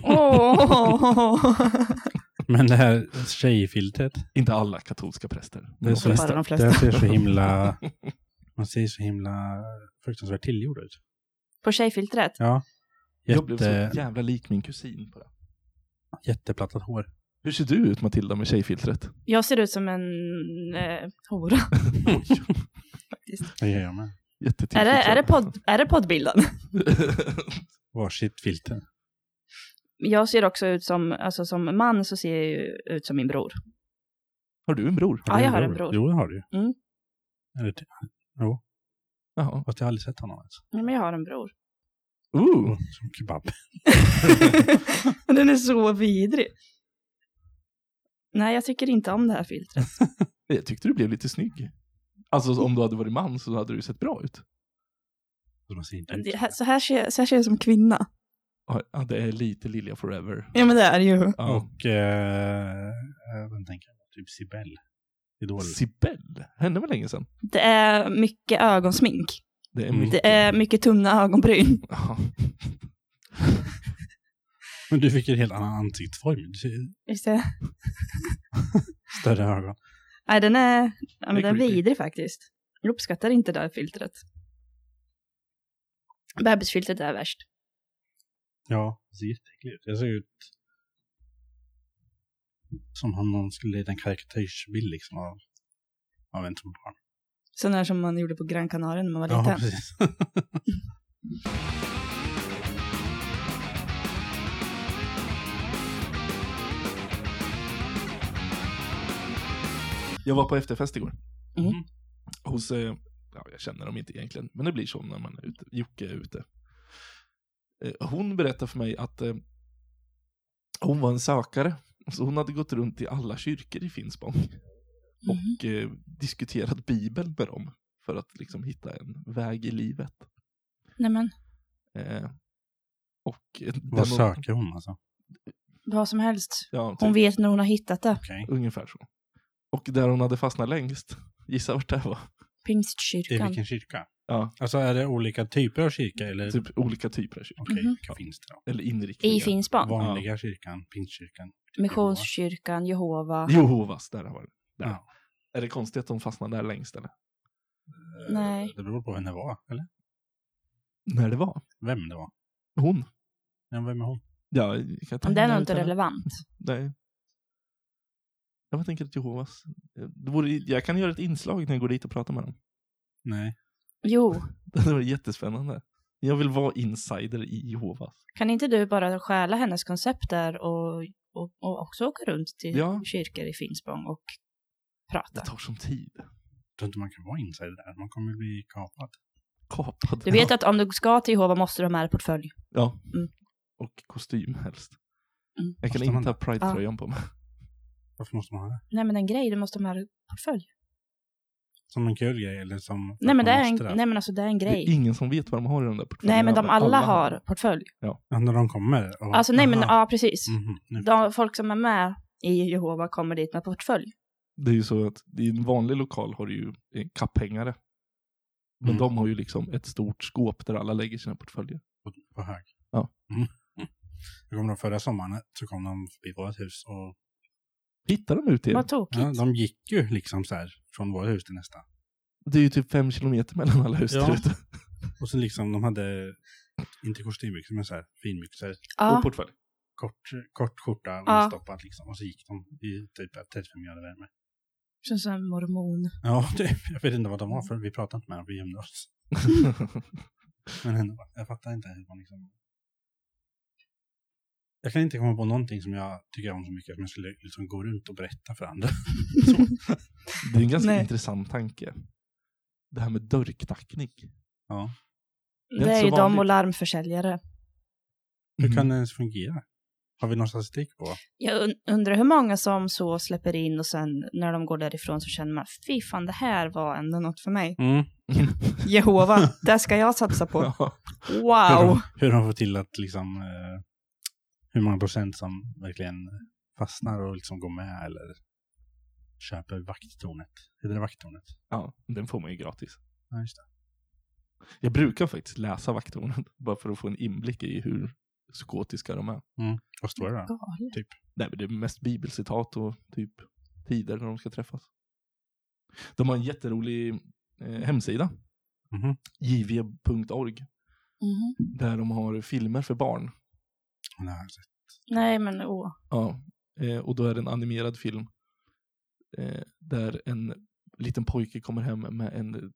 Men det här tjejfiltret. Inte alla katolska präster. Det är så, bara de flesta. det ser så himla. Man ser så himla fruktansvärt tillgjord ut. På tjejfiltret? Ja. Jag blev så jävla lik min kusin på det. Jätteplattat hår. Hur ser du ut, Matilda, med tjejfiltret? Jag ser ut som en hora. Faktiskt. Det gör jag med. Är det poddbilden? Varsitt filter. Jag ser också ut som man så ser jag ju ut som min bror. Har du en bror? Ja, jag har en bror. Jo, det har du ju. Mm. Jo. Jaha. Fast jag har aldrig sett honom ens. Ja, men jag har en bror. Som kebab. Den är så vidrig. Nej, jag tycker inte om det här filtret. Jag tyckte du blev lite snygg. Alltså om du hade varit man så hade du sett bra ut. Så här ser jag som kvinna. Ja, det är lite Lilja Forever. Ja, men det är ju. Ja. Och vad tänker jag? Typ Sibel. Sibel? Hände väl länge sedan? Det är mycket ögonsmink. Det är mycket. Det är mycket tunna ögonbryn. Ja. Men du fick en helt annan ansiktsform. Du ser Just det. större ögon. Nej, den är Det är creepy. vidrig faktiskt. Jag uppskattar inte det här filtret. Bebisfiltret är värst. Ja, det ser jätteäckligt ut. Det ser ut som om någon skulle leta en karikatyrsbild liksom av en som barn. Sån här som man gjorde på Gran Canaria när man var Ja, liten. precis. Jag var på efterfest igår. Mm. Hos, jag känner dem inte egentligen, men det blir så när man är ute. Jocke är ute. Hon berättade för mig att hon var en sökare. Så hon hade gått runt i alla kyrkor i Finspång. Och diskuterat Bibeln med dem. För att liksom hitta en väg i livet. Nämen, Och Vad söker hon alltså? vad som helst. Ja, Hon typ, vet när hon har hittat det. Okej. ungefär så. Och där hon hade fastnat längst. Gissa vart det var. I Pingstkyrkan. vilken kyrka? Ja, Alltså är det olika typer av kyrka eller? typ olika typer av kyrkor. Okej, Mhm. vad finns det då? Eller inriktningar. I Finspång. Vanliga kyrkan, pingstkyrkan. Missionskyrkan, Jehova. Jehovas, där var det. Där. Ja. Är det konstigt att de fastnade där längst eller? Nej. Det beror på vem det var, eller? När det var? Vem det var. Hon. Ja, vem är hon? Ja, jag kan Men det är nog ut inte henne. relevant. Nej. Jag tänker att Jehovas. Jag kan göra ett inslag när jag går dit och pratar med dem. Nej. Jo, Det var jättespännande. Jag vill vara insider i Jehovas. kan inte du bara stjäla hennes koncept där och också åka runt till Ja. kyrkor i Finspång och Det prata? tar som tid. Jag tror inte man kan vara insider där. Man kommer bli kapad. Kapad. Du vet att om du ska till Jehova måste du ha med dig portfölj. Ja. Mm. Och kostym helst. Mm. Jag kan Måste man inte ha det? Pride-tröjan på mig. Varför måste man ha det? Nej, men en grej, du måste ha med dig portfölj. Som en kul grej eller som... Nej, men det är en, måste nej, men alltså det är en Det grej. är ingen som vet vad de har i de där portföljerna. Nej, men de alla har portfölj. Ja, när de kommer. Och... Alltså nej, men Aha. ja, precis. Mhm, nu- Folk som är med i Jehova kommer dit med portfölj. Det är ju så att i en vanlig lokal har du ju kapphängare. Men Mm. de har ju liksom ett stort skåp där alla lägger sina portföljer. På hög. Ja. Mm. Jag kommer ihåg förra sommaren så kom de förbi vårt hus och Hittar de ut Vad det? tokigt. ja, de gick ju liksom så här från vårt hus till nästa. Det är ju typ 5 kilometer mellan alla hus Ja. där ute. Och så liksom de hade inte kostymbyxor men så här finbyxor. Ja, Och portfölj. Kort skjorta Ja. instoppat liksom. Och så gick de i typ 35 grader värme. som en mormon. Ja, jag vet inte vad de var för vi pratade inte med dem, vi gömde oss. Men ändå, jag fattar inte hur man liksom... Jag kan inte komma på någonting som jag tycker om så mycket att man skulle liksom gå runt och berätta för andra. Det är en ganska Nej. intressant tanke. Det här med dörrknackning. Ja. Det är Det är så ju de vanligt. och larmförsäljare. Hur Mhm. kan det ens fungera? Har vi någon statistik på? Jag undrar hur många som så släpper in och sen när de går därifrån så känner man fy fan, det här var ändå något för mig. Mm. Jehova, det ska jag satsa på. Ja. Wow! Hur de får till att liksom... hur många procent som verkligen fastnar och liksom går med eller köper vakttornet. Är det vakttornet? Ja, den får man ju gratis. Ja, just det. Jag brukar faktiskt läsa vakttornet bara för att få en inblick i hur skotiska de är. Mm. Vad står det då? Galet. Nej, men det är mest bibelcitat och typ tider när de ska träffas. De har en jätterolig hemsida. Mhm. jv.org Mhm. där de har filmer för barn. Ja, det har jag sett. Nej, men Ja, och då är det en animerad film där en liten pojke kommer hem med en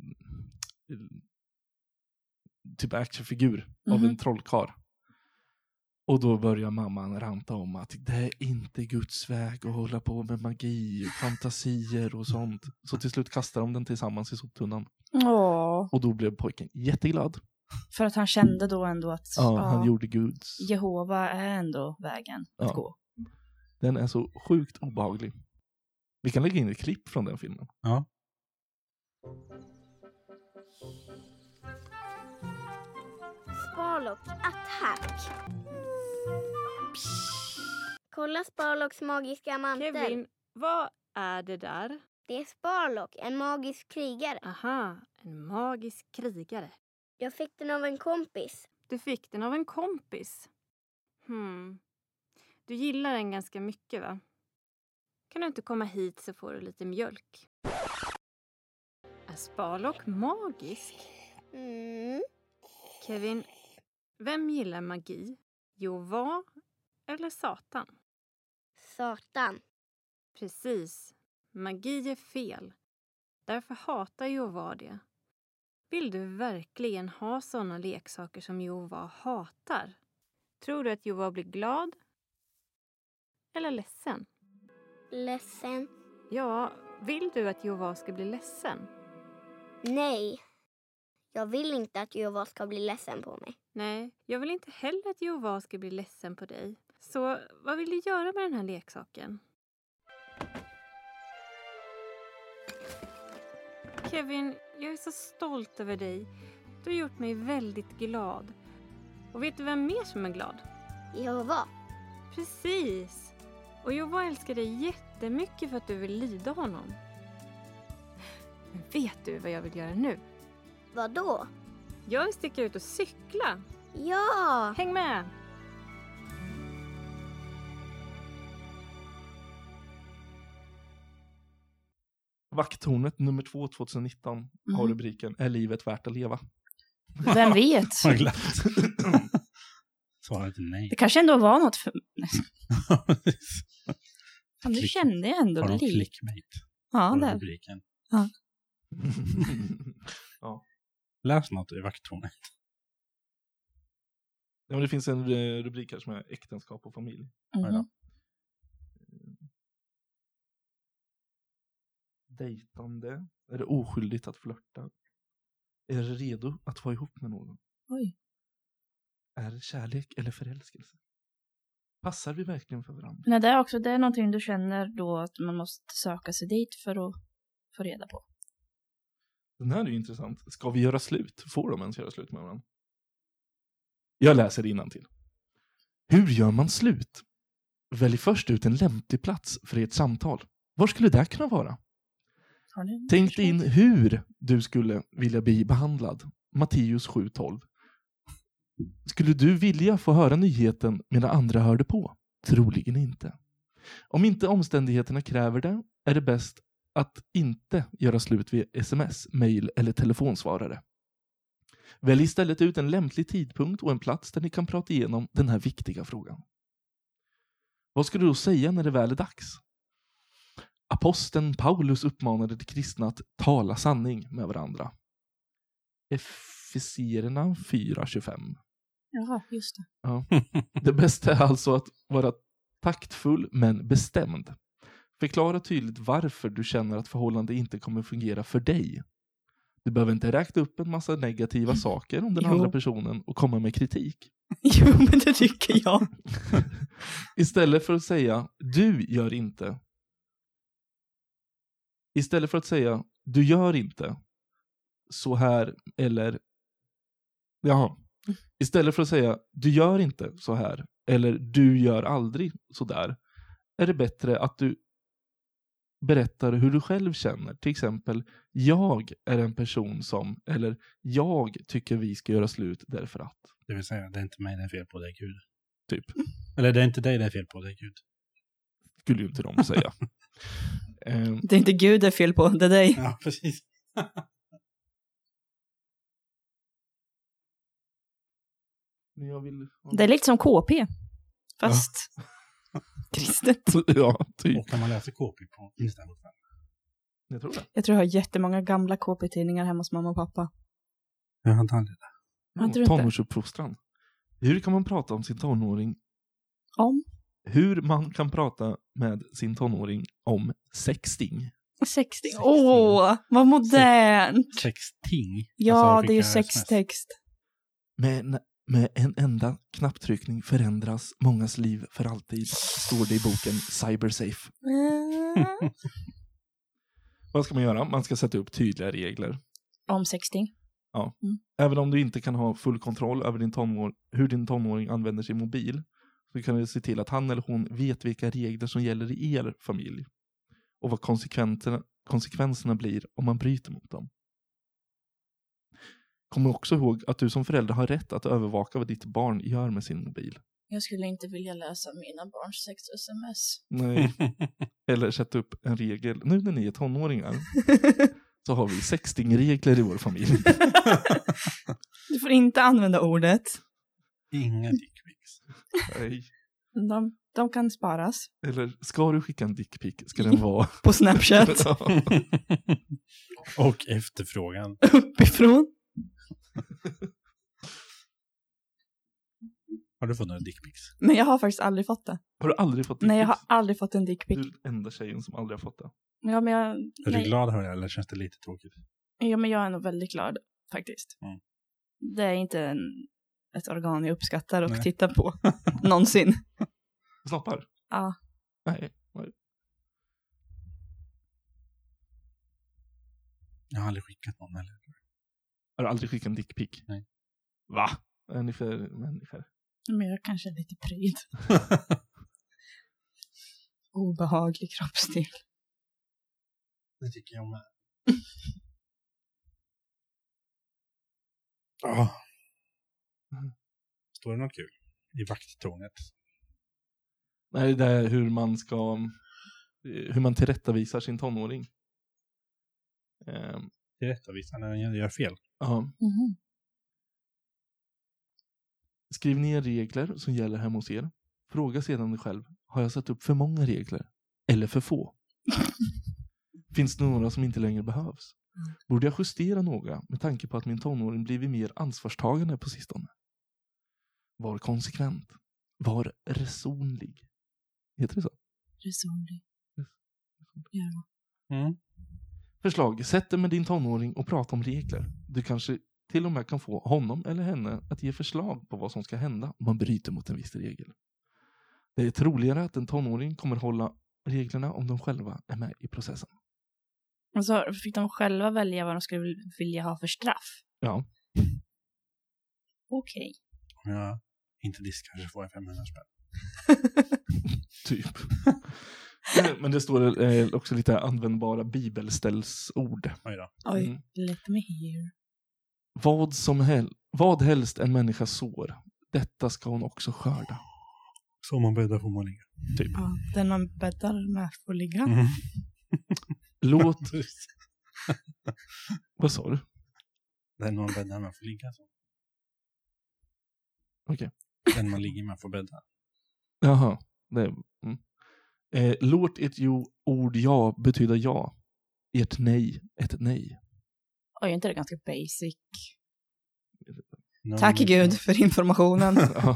typ actionfigur av Mhm. en trollkarl. Och då börjar mamman ranta om att det är inte Guds väg att hålla på med magi, fantasier och sånt. Så till slut kastar de den tillsammans i soptunnan. åh. Och då blev pojken jätteglad. För att han kände då ändå att Ja, han gjorde Guds. Jehova är ändå vägen att Ja. gå. Den är så sjukt obehaglig. Vi kan lägga in ett klipp från den filmen. Ja. Sparlocks attack. Kolla Sparlocks magiska mantel. Kevin, vad är det där? Det är Sparlock, en magisk krigare. Aha, en magisk krigare. Jag fick den av en kompis. Du fick den av en kompis. Du gillar den ganska mycket, va? Kan du inte komma hit så får du lite mjölk? Är Sparlock magisk? Kevin, vem gillar magi? Jova eller Satan? Satan. Precis. Magi är fel. Därför hatar Jova det. Vill du verkligen ha sådana leksaker som Jova hatar? Tror du att Jova blir glad? Eller ledsen? Ledsen. Ja, vill du att Jova ska bli ledsen? Nej. Jag vill inte att Jova ska bli ledsen på mig. Nej, jag vill inte heller att Jova ska bli ledsen på dig. Så vad vill du göra med den här leksaken? Kevin, jag är så stolt över dig. Du har gjort mig väldigt glad. Och vet du vem mer som är glad? Jova. Precis. Och Jova älskar dig jättemycket för att du vill lyda honom. Men vet du vad jag vill göra nu? Vad då? Jag vill sticka ut och cykla. Ja! Häng med! Vakttornet nummer 2 2019 har rubriken Är livet värt att leva? Vem vet? Vad glatt. Svarade nej. Det kanske ändå var något för... Ja, nu kände jag ändå Har de lite. clickmate Ja, på där. rubriken? Ja. Ja. Läs något i vakttornet. Ja, men det finns en rubrik här som är äktenskap och familj. Mhm. Dejtande. Är det oskyldigt att flirta? Är det redo att vara ihop med någon? Oj. Är det kärlek eller förälskelse? Passar vi verkligen för varandra? Men det är någonting du känner då att man måste söka sig dit för att få reda på. Den här är ju intressant. Ska vi göra slut? Får de ens göra slut med varandra? Jag läser innantill. Hur gör man slut? Välj först ut en lämplig plats för ert samtal. Var skulle det kunna vara? Tänk dig in hur du skulle vilja bli behandlad. Matteus 7:12. Skulle du vilja få höra nyheten medan andra hörde på? Troligen inte. Om inte omständigheterna kräver det är det bäst att inte göra slut vid sms, mail eller telefonsvarare. Välj istället ut en lämplig tidpunkt och en plats där ni kan prata igenom den här viktiga frågan. Vad ska du då säga när det väl är dags? Aposteln Paulus uppmanade de kristna att tala sanning med varandra. Efesierna 4:25. Jaha, just det. Ja. Det bästa är alltså att vara taktfull men bestämd. Förklara tydligt varför du känner att förhållande inte kommer fungera för dig. Du behöver inte räkna upp en massa negativa saker om den andra personen och komma med kritik. Jo, men det tycker jag. Istället för att säga du gör inte. Istället för att säga du gör inte så här eller jaha. Istället för att säga du gör inte så här eller du gör aldrig så där är det bättre att du berättar hur du själv känner. Till exempel, jag är en person som, eller jag tycker vi ska göra slut därför att. Det vill säga, det är inte mig det är fel på, det är Gud. Typ. Eller det är inte dig det är fel på, det är Gud. Skulle ju inte de säga. Det är inte Gud det är fel på, det är dig. Ja, precis. Men jag vill... Det är lite som KP. Fast kristet. Ja, typ. Och kan man läsa KP på Instagram? Jag tror det. Jag tror jag har jättemånga gamla KP-tidningar hemma hos mamma och pappa. Jag har inte aldrig det. Hade du inte? Tonårsuppfostran. Hur kan man prata om sin tonåring? Om? Hur man kan prata med sin tonåring om sexting. Sexting. Åh, vad modernt. Sexting? Ja, Alltså, det är ju skicka sextext. Med en enda knapptryckning förändras mångas liv för alltid, står det i boken Cybersafe. Vad ska man göra? Man ska sätta upp tydliga regler. Om sexting. Ja. Mm. Även om du inte kan ha full kontroll över hur din tonåring använder sin mobil, så kan du se till att han eller hon vet vilka regler som gäller i er familj. Och vad konsekvenserna blir om man bryter mot dem. Kom också ihåg att du som förälder har rätt att övervaka vad ditt barn gör med sin mobil. Jag skulle inte vilja läsa mina barns sex-sms. Nej. Eller sätta upp en regel. Nu när ni är tonåringar så har vi sextingregler i vår familj. Du får inte använda ordet. Inga dickpics. Nej. De kan sparas. Eller ska du skicka en dickpic ska den vara på Snapchat. Och efterfrågan. Uppifrån. Har du fått några dickpics? Nej, jag har faktiskt aldrig fått det. Har du aldrig fått dickpics? Nej, jag har aldrig fått en dickpic. Du är den enda tjejen som aldrig har fått det. Ja, men Är du glad att höra det eller känns det lite tråkigt? Ja, men jag är nog väldigt glad faktiskt. Mm. Det är inte ett organ jag uppskattar och Nej. tittar på någonsin. Snoppar? Ja. Nej. Jag har aldrig skickat någon eller. Har du aldrig skickat en dickpic? Nej. Va? Är ni för människor? Men jag kanske är lite pryd. Obehaglig kroppsdel. Det tycker jag med. Ja. Står det något kul i vakttornet? Nej, det är hur man tillrättavisar sin tonåring. Tillrättavisar när den gör fel. Ja. Mhm. Skriv ner regler som gäller hemma hos er. Fråga sedan dig själv. Har jag satt upp för många regler? Eller för få? Finns det några som inte längre behövs? Borde jag justera några med tanke på att min tonåring blivit mer ansvarstagande på sistone? Var konsekvent. Var resonlig. Heter det så? Resonlig. Ja. Mm. Förslag. Sätt dig med din tonåring och prata om regler. Du kanske till och med kan få honom eller henne att ge förslag på vad som ska hända om man bryter mot en viss regel. Det är troligare att en tonåring kommer hålla reglerna om de själva är med i processen. Och så fick de själva välja vad de skulle vilja ha för straff. Ja. Okej. Om jag inte diskar så får jag 500 spänn. Typ. Men det står också lite användbara bibelställsord. Oj då. Oj, Mm. let me hear. Vad helst en människa sår, detta ska hon också skörda. Så man bäddar får man ligga. Typ. Ja, den man bäddar med får ligga. Mm. Låt... Vad sa du? Den man bäddar med får ligga. Så. Okej. Den man ligger med får bädda. Jaha. Låt ert ord ja betyda ja. Ert nej ett nej. Oj, är inte det ganska basic? No, Tack Gud för informationen. Ja.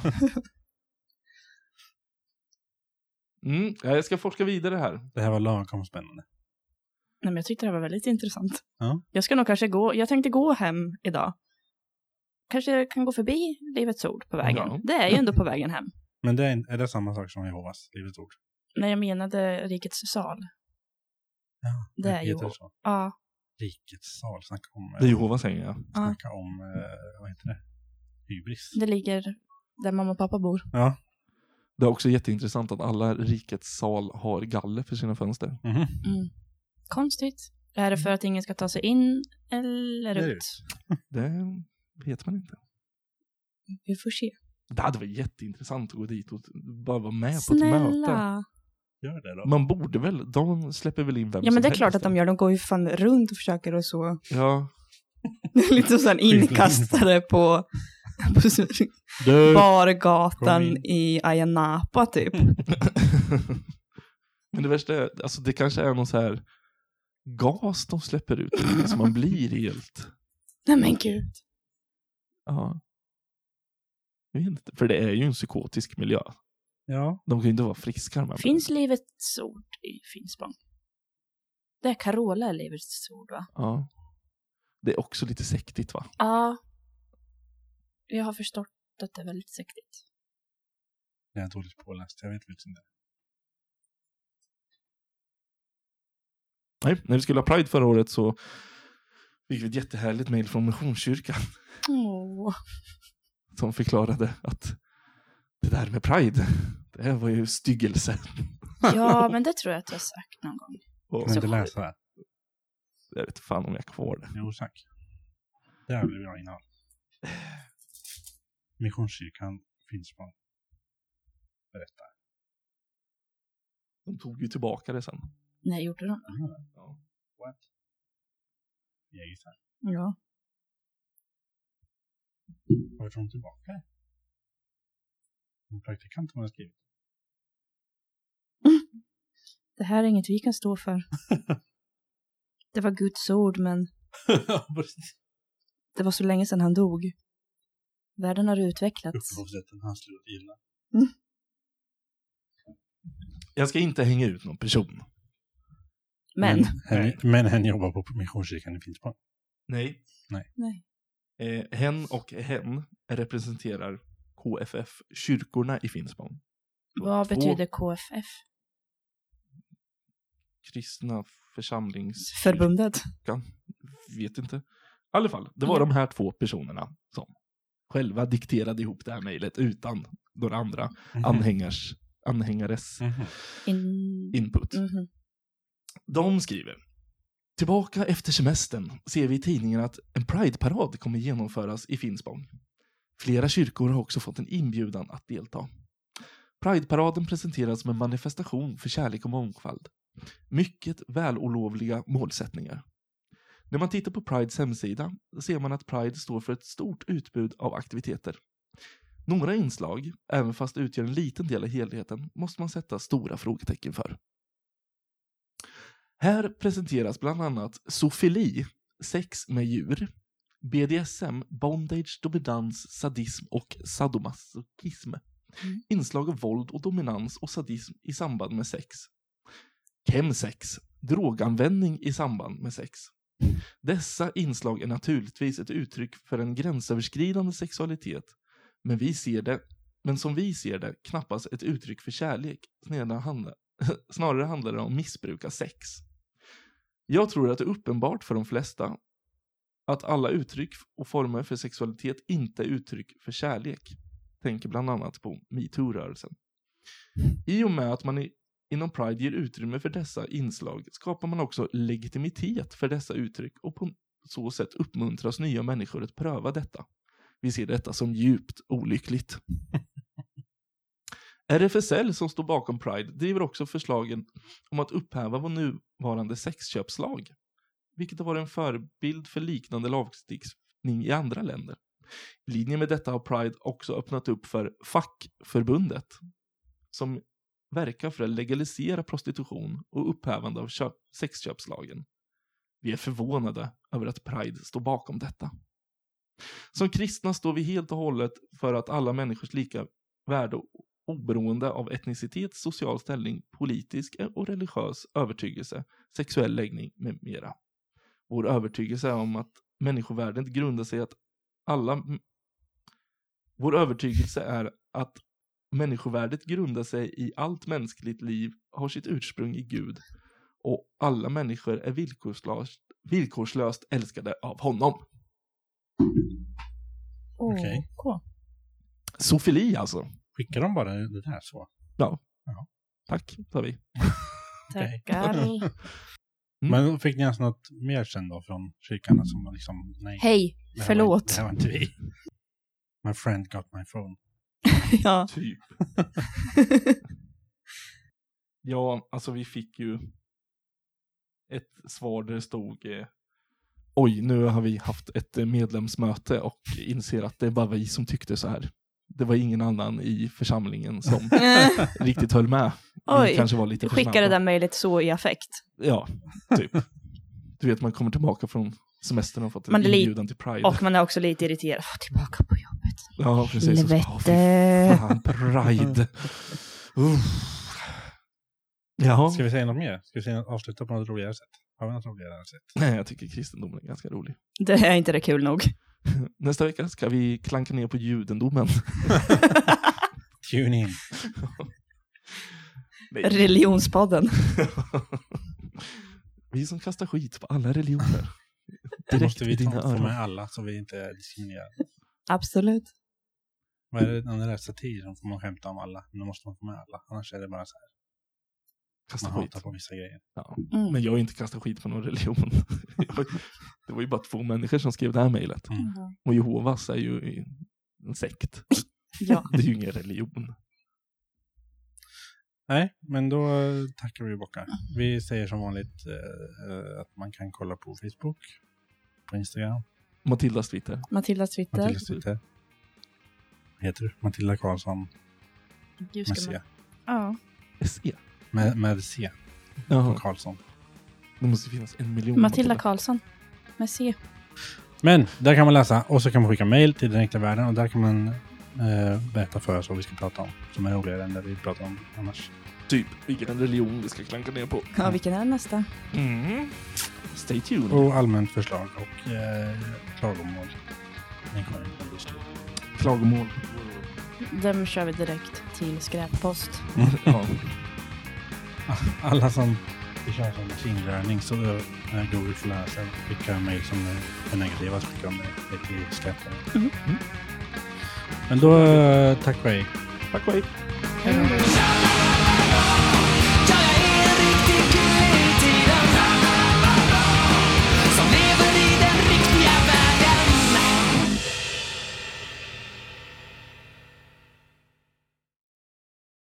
Jag ska forska vidare här. Det här var lagom spännande. Nej, men jag tyckte det här var väldigt intressant. Ja. Jag ska nog kanske jag tänkte gå hem idag. Kanske jag kan gå förbi Livets ord på vägen. Ja. Det är ju ändå på vägen hem. Men det är det samma sak som Jehovas Livets ord? Nej, jag menade Rikets sal. Ja, Det är heter ju- så. Ja, Rikets sal. Snacka om... Det är Jehovas säger jag. Snacka om... vad heter det? Hybris. det ligger där mamma och pappa bor. Ja. Det är också jätteintressant att alla rikets sal har galler för sina fönster. Mhm. Mm. Konstigt. Är det för att ingen ska ta sig in eller Det är ut? Det vet man inte. Vi får se. Det hade varit jätteintressant att gå dit och bara vara med på ett möte. Snälla. Gör det då. Man borde väl, de släpper väl in vem Ja, men som det är helst. klart att de gör. De går ju fan runt och försöker och så. Ja, Lite sån inkastare på Du! bargatan Kom in. i Ayia Napa typ. men det värsta är, alltså det kanske är någon så här gas de släpper ut. Så man blir helt, Nej men gud. ja. Jag vet inte, för det är ju en psykotisk miljö. Ja. De kan ju inte vara friska. Men Finns Livets ord i Finspång? Det är Carola Livets ord, va? ja. Det är också lite sektigt, va? Ja. Jag har förstått att det är väldigt sektigt. Jag är dåligt påläst. Jag vet inte. Nej, när vi skulle ha Pride förra året så fick vi ett jättehärligt mejl från Missionskyrkan Åh. som förklarade att det där med Pride, det var ju styggelse. Ja, men det tror jag att jag har sagt någon gång. Och, Kan du inte läsa det? Jag vet fan om jag är kvar det. Jo, tack. Det här blir bra innehåll. Missionskyrkan Finspång. Berätta. De tog ju tillbaka det sen. Nej, gjorde de? Ja. What? Jag gissar. Ja. Var de tillbaka? En praktikant har skrivit. Det här är inget vi kan stå för. Det var Guds ord, men det var så länge sedan han dog. Världen har utvecklats. Upphovsrätten han slutat gilla. Jag ska inte hänga ut någon person. Men hen jobbar på missionskyrkan i Finspång. Nej. Hen och hen representerar KFF, kyrkorna i Finspång. vad betyder KFF? Kristna församlings... Förbundet. Vet inte. I alla fall, det var de här 2 personerna som själva dikterade ihop det här mejlet utan några andra anhängares input. De skriver: tillbaka efter semestern ser vi i tidningen att en Pride-parad kommer genomföras i Finspång. Flera kyrkor har också fått en inbjudan att delta. Pride-paraden presenteras som en manifestation för kärlek och mångfald. Mycket välolovliga målsättningar. När man tittar på Prides hemsida ser man att Pride står för ett stort utbud av aktiviteter. Några inslag, även fast utgör en liten del av helheten, måste man sätta stora frågetecken för. Här presenteras bland annat zoofili, sex med djur, BDSM, bondage, dominans, sadism och sadomasochism. Inslag av våld och dominans och sadism i samband med sex. Chemsex, droganvändning i samband med sex. Dessa inslag är naturligtvis ett uttryck för en gränsöverskridande sexualitet, men som vi ser det knappast ett uttryck för kärlek. Snarare handlar det om missbruk av sex. Jag tror att det är uppenbart för de flesta att alla uttryck och former för sexualitet inte är uttryck för kärlek. Tänker bland annat på MeToo-rörelsen. I och med att man inom Pride ger utrymme för dessa inslag skapar man också legitimitet för dessa uttryck och på så sätt uppmuntras nya människor att pröva detta. Vi ser detta som djupt olyckligt. RFSL som står bakom Pride driver också förslagen om att upphäva vår nuvarande sexköpslag, vilket har varit en förebild för liknande lagstiftning i andra länder. I linje med detta har Pride också öppnat upp för fackförbundet som verkar för att legalisera prostitution och upphävande av sexköpslagen. Vi är förvånade över att Pride står bakom detta. Som kristna står vi helt och hållet för att alla människors lika värde oberoende av etnicitet, social ställning, politisk och religiös övertygelse, sexuell läggning med mera. Vår övertygelse är om att människovärdet grundar sig att Vår övertygelse är att människovärdet grundar sig i allt mänskligt liv, har sitt ursprung i Gud och alla människor är villkorslöst älskade av honom. Okej. Cool. Zoofili alltså. Skickar de bara det här så? Ja. Ja. Tack, sa vi. Tackar. Men fick ni alltså något mer sen då från kyrkan som var liksom, nej. Hej, Det här förlåt. det här var inte vi. My friend got my phone. Ja. Typ. Ja, alltså vi fick ju ett svar där det stod oj, nu har vi haft ett medlemsmöte och inser att det är bara vi som tyckte så här. Det var ingen annan i församlingen som riktigt höll med. Oj, kanske var lite skickade det där mejlet så i affekt. Ja, typ. Du vet, man kommer tillbaka från semestern och fått en inbjudan till Pride. Och man är också lite irriterad. Tillbaka på jobbet. Ja, precis. Helvete. Fan, Pride. Jaha. Ska vi säga något mer? Ska vi avsluta på något roligare sätt? Har vi något roligare sätt? Nej, jag tycker kristendomen är ganska rolig. Det är inte det kul nog. Nästa vecka ska vi klanka ner på judendomen. Tune in. Religionspodden. Vi som kastar skit på alla religioner. Då måste vi i dina få öron. med alla så vi inte är diskriminerade. Absolut. Vad är det när det är satir som får man skämta om alla? Men då måste man få med alla. Annars är det bara så här. Kasta man skit. hatar på vissa grejer. Ja. Mm. Men jag har inte kastat skit på någon religion. Det var ju bara 2 människor som skrev det här mejlet. Mm. Och Jehovas är ju en sekt. Ja. Det är ju ingen religion. Nej, men då tackar vi bockar. Vi säger som vanligt att man kan kolla på Facebook, på Instagram, Matildas Twitter. Matildas Twitter. Matildas Twitter. Vad heter du? Matilda Karlsson Gud, med ska C. man... Ja. SE. Med C. Jaha. Och Karlsson. Det måste finnas 1 miljon. Matilda Karlsson. Med C. Men där kan man läsa och så kan man skicka mejl till Den Enkla Världen och där kan man berätta för oss vad vi ska prata om. Som är roligare än det vi pratar om annars. Typ vilken religion vi ska klanka ner på. Ja, vilken är nästa? Stay tuned. Och allmänt förslag och klagomål. Klagomål. Dem kör vi direkt till skräppost. Ja. Alla som vi kör som maskininlärning så Google får lära sig vilka mejl som är negativa så skickar de det till skräppost. Men då tack för dig. Tack och hej. Hej då.